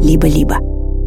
либо-либо.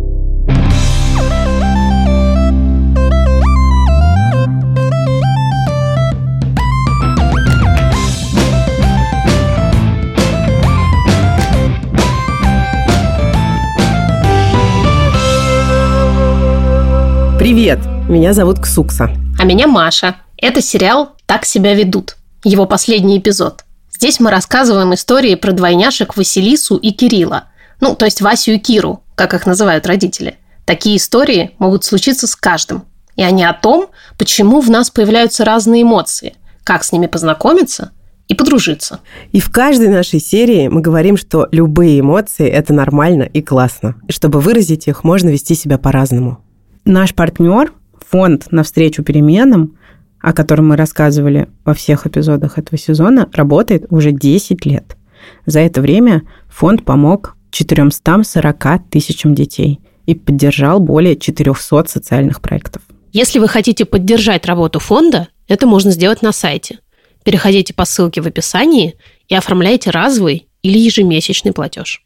Привет, меня зовут Ксукса. А меня Маша. Это сериал «Так себя ведут». Его последний эпизод. Здесь мы рассказываем истории про двойняшек Василису и Кирилла. То есть Васю и Киру, как их называют родители. Такие истории могут случиться с каждым. И они о том, почему в нас появляются разные эмоции, как с ними познакомиться и подружиться. И в каждой нашей серии мы говорим, что любые эмоции – это нормально и классно. И чтобы выразить их, можно вести себя по-разному. Наш партнер, фонд «Навстречу переменам», о котором мы рассказывали во всех эпизодах этого сезона, работает уже 10 лет. За это время фонд помог 440 тысячам детей и поддержал более 400 социальных проектов. Если вы хотите поддержать работу фонда, это можно сделать на сайте. Переходите по ссылке в описании и оформляйте разовый или ежемесячный платеж.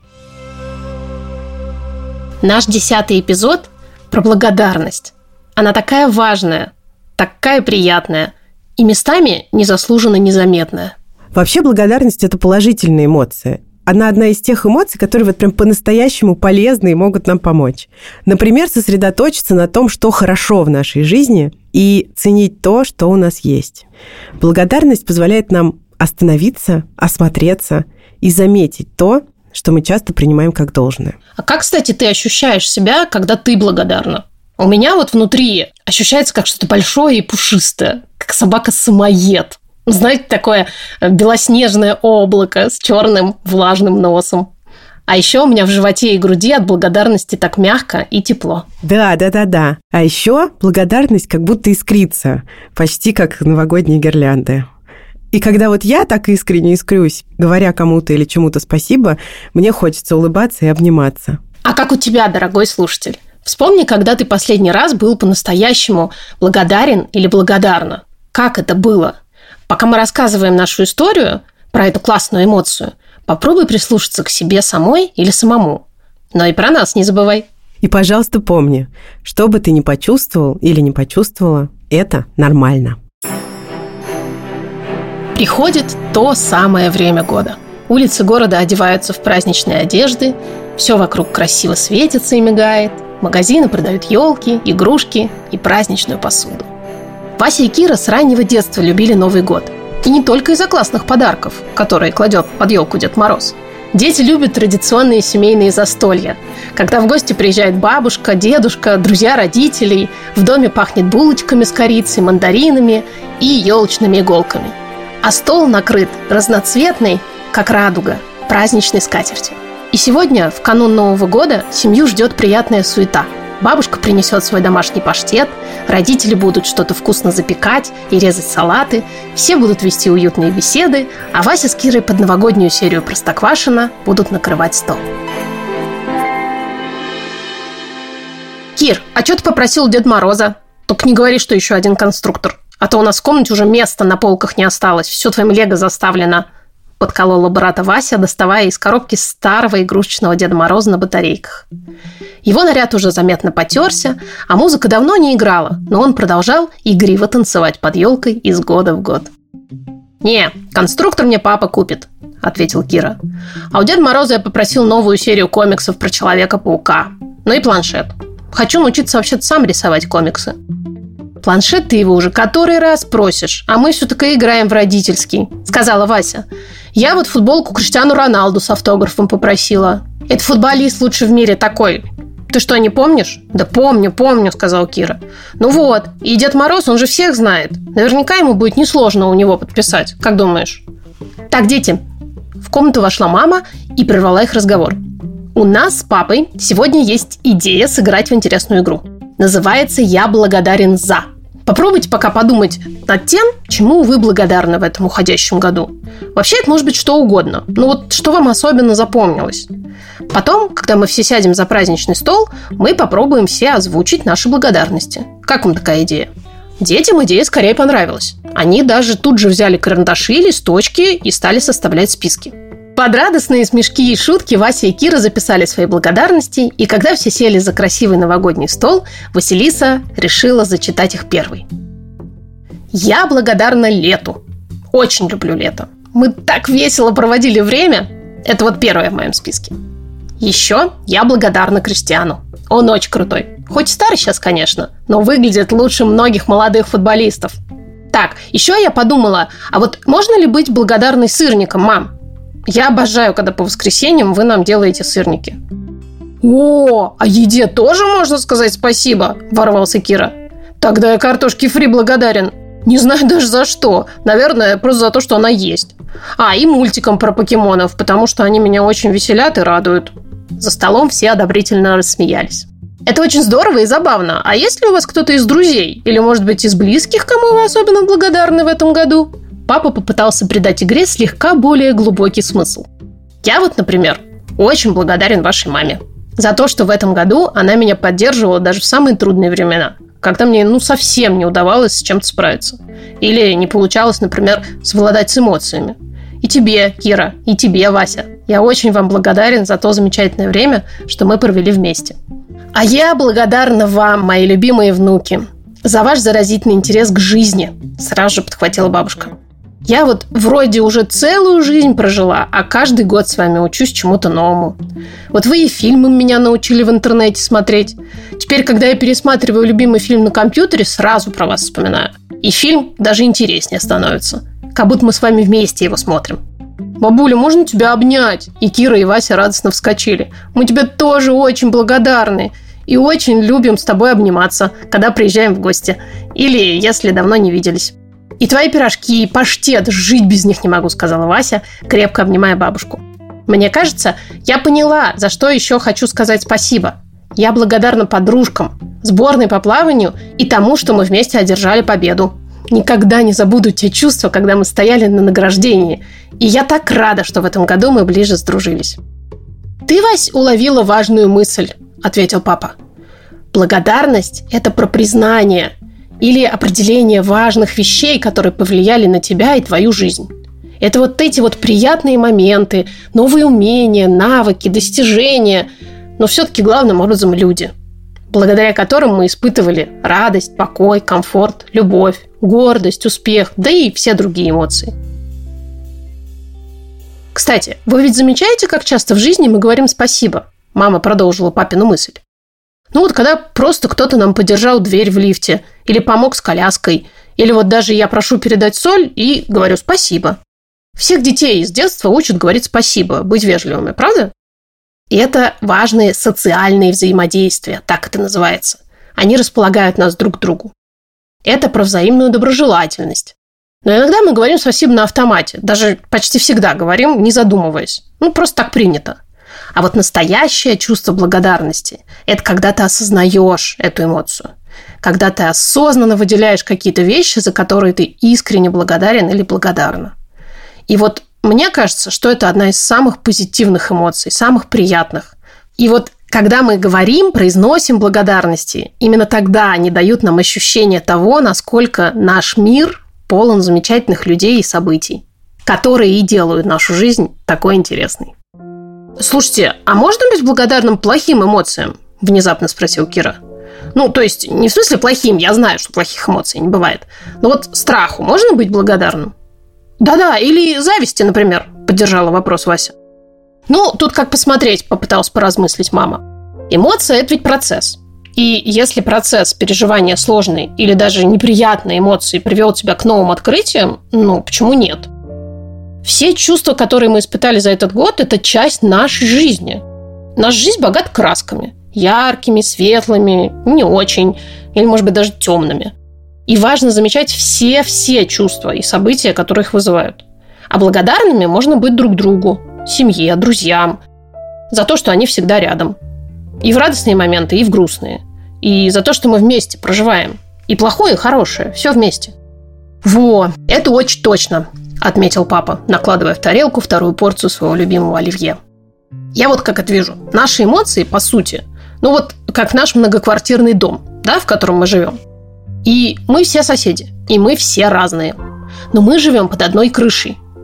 Наш 10-й эпизод про благодарность. Она такая важная, такая приятная и местами незаслуженно незаметная. Вообще благодарность – это положительная эмоция. Она одна из тех эмоций, которые вот прям по-настоящему полезны и могут нам помочь. Например, сосредоточиться на том, что хорошо в нашей жизни, и ценить то, что у нас есть. Благодарность позволяет нам остановиться, осмотреться и заметить то, что мы часто принимаем как должное. А как, кстати, ты ощущаешь себя, когда ты благодарна? У меня вот внутри ощущается как что-то большое и пушистое, как собака-самоед. Знаете, такое белоснежное облако с черным влажным носом. А еще у меня в животе и груди от благодарности так мягко и тепло. Да. А еще благодарность как будто искрится, почти как новогодние гирлянды. И когда вот я так искренне искрюсь, говоря кому-то или чему-то спасибо, мне хочется улыбаться и обниматься. А как у тебя, дорогой слушатель? Вспомни, когда ты последний раз был по-настоящему благодарен или благодарна. Как это было? Пока мы рассказываем нашу историю про эту классную эмоцию, попробуй прислушаться к себе самой или самому. Но и про нас не забывай. И, пожалуйста, помни, что бы ты ни почувствовал или не почувствовала, это нормально. Приходит то самое время года. Улицы города одеваются в праздничные одежды, все вокруг красиво светится и мигает, магазины продают елки, игрушки и праздничную посуду. Вася и Кира с раннего детства любили Новый год. И не только из-за классных подарков, которые кладет под елку Дед Мороз. Дети любят традиционные семейные застолья, когда в гости приезжает бабушка, дедушка, друзья родителей, в доме пахнет булочками с корицей, мандаринами и елочными иголками. А стол накрыт разноцветной, как радуга, праздничной скатертью. И сегодня, в канун Нового года, семью ждет приятная суета. Бабушка принесет свой домашний паштет, родители будут что-то вкусно запекать и резать салаты, все будут вести уютные беседы, а Вася с Кирой под новогоднюю серию «Простоквашино» будут накрывать стол. Кир, а что ты попросил Деда Мороза? Только не говори, что еще один конструктор. А то у нас в комнате уже места на полках не осталось. Все твоим лего заставлено. Подколола брата Вася, доставая из коробки старого игрушечного Деда Мороза на батарейках. Его наряд уже заметно потерся, а музыка давно не играла, но он продолжал игриво танцевать под елкой из года в год. «Не, конструктор мне папа купит», – ответил Кира. «А у Деда Мороза я попросил новую серию комиксов про Человека-паука. Ну и планшет. Хочу научиться вообще-то сам рисовать комиксы». «Планшет ты его уже который раз просишь, а мы все-таки играем в родительский», – сказала Вася. «Я вот футболку Криштиану Роналду с автографом попросила. Это футболист лучший в мире такой. Ты что, не помнишь?» «Да помню», – сказал Кира. «Ну вот, и Дед Мороз, он же всех знает. Наверняка ему будет несложно у него подписать. Как думаешь?» «Так, дети». В комнату вошла мама и прервала их разговор. «У нас с папой сегодня есть идея сыграть в интересную игру. Называется «Я благодарен за». Попробуйте пока подумать над тем, чему вы благодарны в этом уходящем году. Вообще, это может быть что угодно. Ну вот, что вам особенно запомнилось. Потом, когда мы все сядем за праздничный стол, мы попробуем все озвучить наши благодарности. Как вам такая идея? Детям идея скорее понравилась. Они даже тут же взяли карандаши, листочки и стали составлять списки. Под радостные смешки и шутки Вася и Кира записали свои благодарности, и когда все сели за красивый новогодний стол, Василиса решила зачитать их первой. «Я благодарна лету. Очень люблю лето. Мы так весело проводили время. Это вот первое в моем списке. Еще я благодарна Криштиану. Он очень крутой. Хоть старый сейчас, конечно, но выглядит лучше многих молодых футболистов. Так, еще я подумала, а вот можно ли быть благодарной сырником, мам? Я обожаю, когда по воскресеньям вы нам делаете сырники». «О, а еде тоже можно сказать спасибо?» – ворвался Кира. «Тогда я картошке фри благодарен. Не знаю даже за что. Наверное, просто за то, что она есть. И мультикам про покемонов, потому что они меня очень веселят и радуют». За столом все одобрительно рассмеялись. «Это очень здорово и забавно. А есть ли у вас кто-то из друзей? Или, может быть, из близких, кому вы особенно благодарны в этом году?» Папа попытался придать игре слегка более глубокий смысл. «Я вот, например, очень благодарен вашей маме за то, что в этом году она меня поддерживала даже в самые трудные времена, когда мне совсем не удавалось с чем-то справиться. Или не получалось, например, совладать с эмоциями. И тебе, Кира, и тебе, Вася. Я очень вам благодарен за то замечательное время, что мы провели вместе. А я благодарна вам, мои любимые внуки, за ваш заразительный интерес к жизни», сразу же подхватила бабушка. «Я вот вроде уже целую жизнь прожила, а каждый год с вами учусь чему-то новому. Вот вы и фильмы меня научили в интернете смотреть. Теперь, когда я пересматриваю любимый фильм на компьютере, сразу про вас вспоминаю. И фильм даже интереснее становится. Как будто мы с вами вместе его смотрим. Бабуля, можно тебя обнять?» И Кира, и Вася радостно вскочили. «Мы тебе тоже очень благодарны. И очень любим с тобой обниматься, когда приезжаем в гости. Или если давно не виделись. И твои пирожки, и паштет, жить без них не могу», сказала Вася, крепко обнимая бабушку. «Мне кажется, я поняла, за что еще хочу сказать спасибо. Я благодарна подружкам, сборной по плаванию и тому, что мы вместе одержали победу. Никогда не забуду те чувства, когда мы стояли на награждении. И я так рада, что в этом году мы ближе сдружились». «Ты, Вась, уловила важную мысль», ответил папа. «Благодарность – это про признание или определение важных вещей, которые повлияли на тебя и твою жизнь. Это вот эти вот приятные моменты, новые умения, навыки, достижения, но все-таки главным образом люди, благодаря которым мы испытывали радость, покой, комфорт, любовь, гордость, успех, да и все другие эмоции». Кстати, вы ведь замечаете, как часто в жизни мы говорим «спасибо»? Мама продолжила папину мысль. Вот когда просто кто-то нам подержал дверь в лифте, или помог с коляской, или вот даже я прошу передать соль и говорю «спасибо». Всех детей из детства учат говорить «спасибо», быть вежливыми, правда? И это важные социальные взаимодействия, так это называется. Они располагают нас друг к другу. Это про взаимную доброжелательность. Но иногда мы говорим «спасибо» на автомате, даже почти всегда говорим, не задумываясь. Просто так принято. А вот настоящее чувство благодарности – это когда ты осознаешь эту эмоцию. Когда ты осознанно выделяешь какие-то вещи, за которые ты искренне благодарен или благодарна. И вот мне кажется, что это одна из самых позитивных эмоций, самых приятных. И вот когда мы говорим, произносим благодарности, именно тогда они дают нам ощущение того, насколько наш мир полон замечательных людей и событий, которые и делают нашу жизнь такой интересной. «Слушайте, а можно быть благодарным плохим эмоциям?» – внезапно спросил Кира. То есть, не в смысле плохим, я знаю, что плохих эмоций не бывает. Но вот страху можно быть благодарным? Да-да, или зависти, например, поддержала вопрос Вася. Тут как посмотреть, попыталась поразмыслить мама. Эмоция – это ведь процесс. И если процесс переживания сложной или даже неприятной эмоции привел тебя к новым открытиям, почему нет? Все чувства, которые мы испытали за этот год, это часть нашей жизни. Наша жизнь богата красками. Яркими, светлыми, не очень, или, может быть, даже темными. И важно замечать все чувства и события, которые их вызывают. А благодарными можно быть друг другу, семье, друзьям, за то, что они всегда рядом. И в радостные моменты, и в грустные. И за то, что мы вместе проживаем. И плохое, и хорошее, все вместе. «Во, это очень точно», – отметил папа, накладывая в тарелку вторую порцию своего любимого оливье. «Я вот как это вижу. Наши эмоции, по сути, как наш многоквартирный дом, да, в котором мы живем. И мы все соседи, и мы все разные. Но мы живем под одной крышей.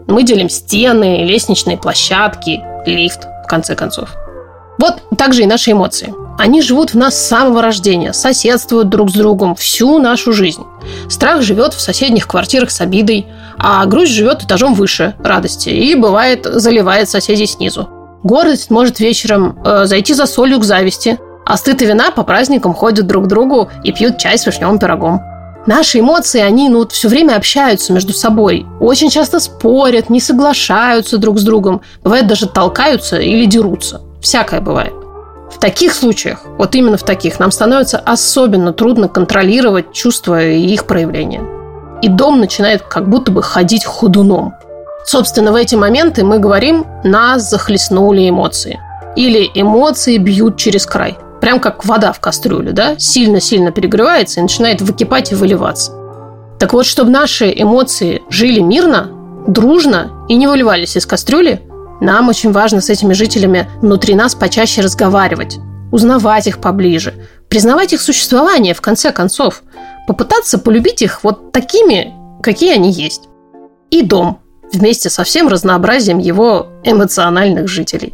Мы делим стены, лестничные площадки, лифт, в конце концов. Вот так же и наши эмоции. Они живут в нас с самого рождения, соседствуют друг с другом всю нашу жизнь. Страх живет в соседних квартирах с обидой, а грусть живет этажом выше радости и, бывает, заливает соседей снизу. Гордость может вечером зайти за солью к зависти, а стыд и вина по праздникам ходят друг к другу и пьют чай с вишневым пирогом. Наши эмоции, они все время общаются между собой, очень часто спорят, не соглашаются друг с другом, бывает даже толкаются или дерутся. Всякое бывает. В таких случаях, вот именно в таких, нам становится особенно трудно контролировать чувства и их проявления. И дом начинает как будто бы ходить ходуном. Собственно, в эти моменты мы говорим «нас захлестнули эмоции». Или «эмоции бьют через край». Прям как вода в кастрюле, да? Сильно-сильно перегревается и начинает выкипать и выливаться. Так вот, чтобы наши эмоции жили мирно, дружно и не выливались из кастрюли, нам очень важно с этими жителями внутри нас почаще разговаривать, узнавать их поближе, признавать их существование, в конце концов, попытаться полюбить их вот такими, какие они есть. И дом вместе со всем разнообразием его эмоциональных жителей.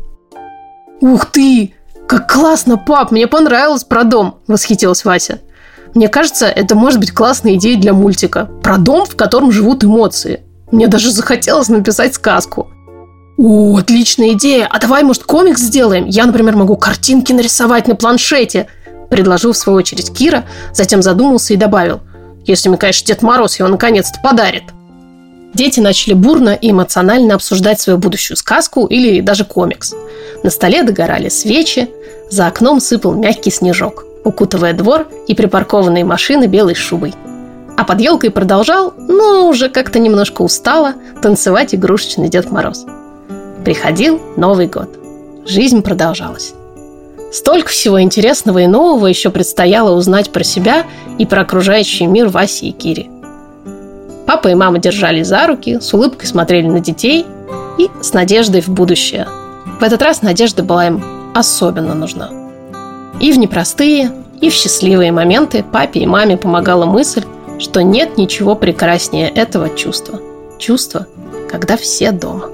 «Ух ты! Как классно, пап! Мне понравилось про дом!» – восхитилась Вася. «Мне кажется, это может быть классной идеей для мультика. Про дом, в котором живут эмоции. Мне даже захотелось написать сказку». «О, отличная идея! А давай, может, комикс сделаем? Я, например, могу картинки нарисовать на планшете», – предложил в свою очередь Кира, затем задумался и добавил: «если мне, конечно, Дед Мороз его наконец-то подарит». Дети начали бурно и эмоционально обсуждать свою будущую сказку или даже комикс. На столе догорали свечи, за окном сыпал мягкий снежок, укутывая двор и припаркованные машины белой шубой. А под елкой продолжал, но уже как-то немножко устало, танцевать игрушечный Дед Мороз. Приходил Новый год. Жизнь продолжалась. Столько всего интересного и нового еще предстояло узнать про себя и про окружающий мир Васи и Кири. Папа и мама держались за руки, с улыбкой смотрели на детей и с надеждой в будущее. В этот раз надежда была им особенно нужна. И в непростые, и в счастливые моменты папе и маме помогала мысль, что нет ничего прекраснее этого чувства. Чувство, когда все дома.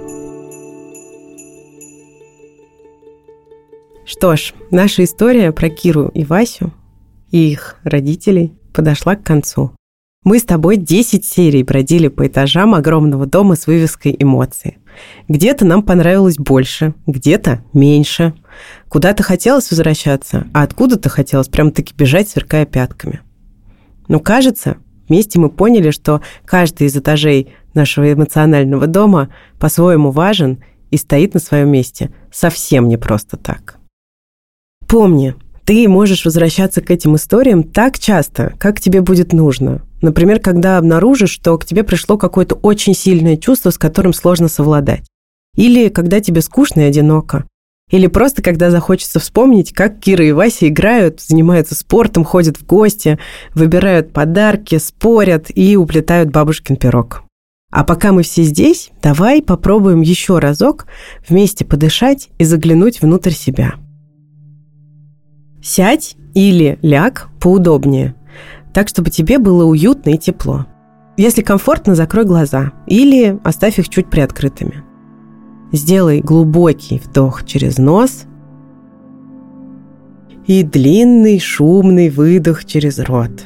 Что ж, наша история про Киру и Васю и их родителей подошла к концу. Мы с тобой 10 серий бродили по этажам огромного дома с вывеской «Эмоции». Где-то нам понравилось больше, где-то меньше. Куда-то хотелось возвращаться, а откуда-то хотелось прямо-таки бежать, сверкая пятками. Но, кажется, вместе мы поняли, что каждый из этажей нашего эмоционального дома по-своему важен и стоит на своем месте совсем не просто так. Помни, ты можешь возвращаться к этим историям так часто, как тебе будет нужно. Например, когда обнаружишь, что к тебе пришло какое-то очень сильное чувство, с которым сложно совладать. Или когда тебе скучно и одиноко. Или просто когда захочется вспомнить, как Кира и Вася играют, занимаются спортом, ходят в гости, выбирают подарки, спорят и уплетают бабушкин пирог. А пока мы все здесь, давай попробуем еще разок вместе подышать и заглянуть внутрь себя. Сядь или ляг поудобнее, так, чтобы тебе было уютно и тепло. Если комфортно, закрой глаза или оставь их чуть приоткрытыми. Сделай глубокий вдох через нос и длинный шумный выдох через рот.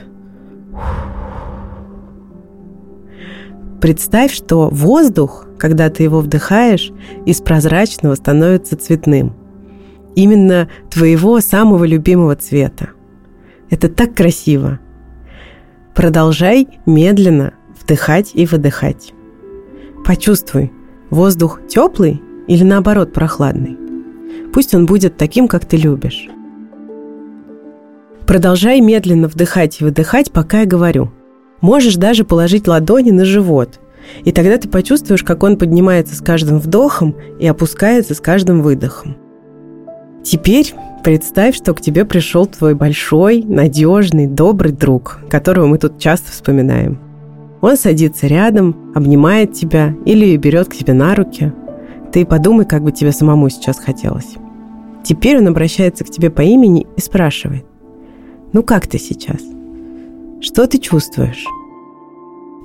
Представь, что воздух, когда ты его вдыхаешь, из прозрачного становится цветным. Именно твоего самого любимого цвета. Это так красиво. Продолжай медленно вдыхать и выдыхать. Почувствуй, воздух теплый или наоборот прохладный. Пусть он будет таким, как ты любишь. Продолжай медленно вдыхать и выдыхать, пока я говорю. Можешь даже положить ладони на живот, и тогда ты почувствуешь, как он поднимается с каждым вдохом и опускается с каждым выдохом. Теперь представь, что к тебе пришел твой большой, надежный, добрый друг, которого мы тут часто вспоминаем. Он садится рядом, обнимает тебя или берет к тебе на руки. Ты подумай, как бы тебе самому сейчас хотелось. Теперь он обращается к тебе по имени и спрашивает: «Ну как ты сейчас? Что ты чувствуешь?»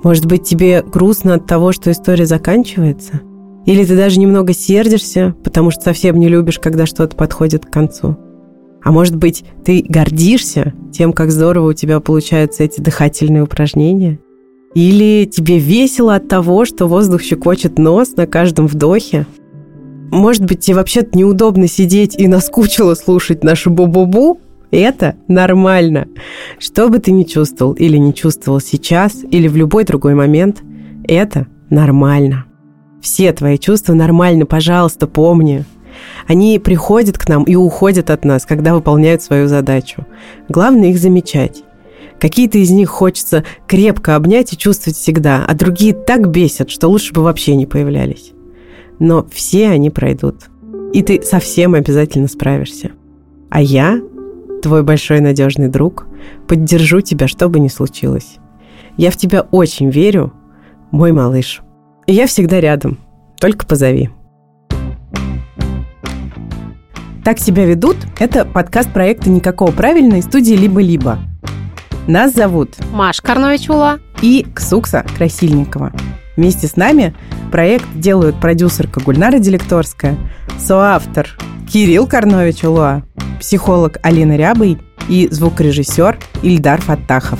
Может быть, тебе грустно от того, что история заканчивается? Или ты даже немного сердишься, потому что совсем не любишь, когда что-то подходит к концу? А может быть, ты гордишься тем, как здорово у тебя получаются эти дыхательные упражнения? Или тебе весело от того, что воздух щекочет нос на каждом вдохе? Может быть, тебе вообще-то неудобно сидеть и наскучило слушать нашу бу-бу-бу? Это нормально. Что бы ты ни чувствовал или не чувствовал сейчас, или в любой другой момент, это нормально. Все твои чувства нормальны, пожалуйста, помни. Они приходят к нам и уходят от нас, когда выполняют свою задачу. Главное их замечать. Какие-то из них хочется крепко обнять и чувствовать всегда, а другие так бесят, что лучше бы вообще не появлялись. Но все они пройдут. И ты со всем обязательно справишься. А я, твой большой надежный друг, поддержу тебя, что бы ни случилось. Я в тебя очень верю, мой малыш. И я всегда рядом. Только позови. «Так себя ведут» — это подкаст проекта «Никакого правильно» из студии «Либо-либо». Нас зовут Маша Карнович-Ула и Ксукса Красильникова. Вместе с нами проект делают продюсерка Гульнара Делекторская, соавтор Кирилл Карнович-Ула, психолог Алина Рябый и звукорежиссер Ильдар Фаттахов.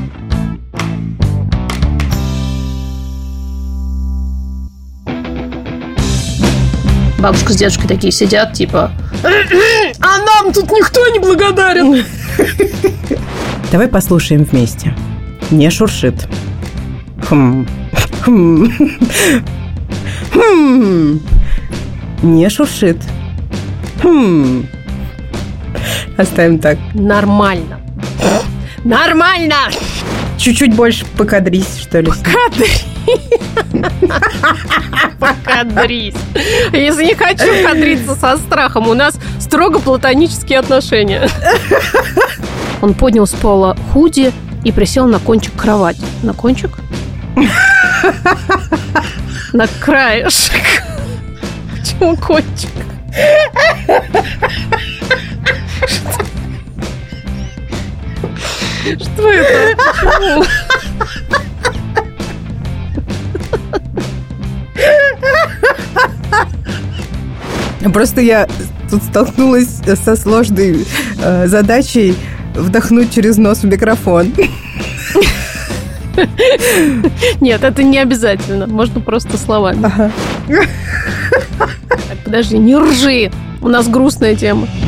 Бабушка с дедушкой такие сидят, типа: а нам тут никто не благодарен. Давай послушаем вместе. Не шуршит. Не шуршит. Оставим так. Нормально. Нормально! Чуть-чуть больше покадрись, что ли. Покадрись. Если не хочу кадриться со страхом, у нас строго платонические отношения. Он поднял с пола худи и присел на кончик кровати. На кончик? На краешек. Почему кончик? Что это? Почему? Просто я тут столкнулась со сложной задачей вдохнуть через нос в микрофон. Нет, это не обязательно. Можно просто словами. Ага. Так, подожди, не ржи. У нас грустная тема.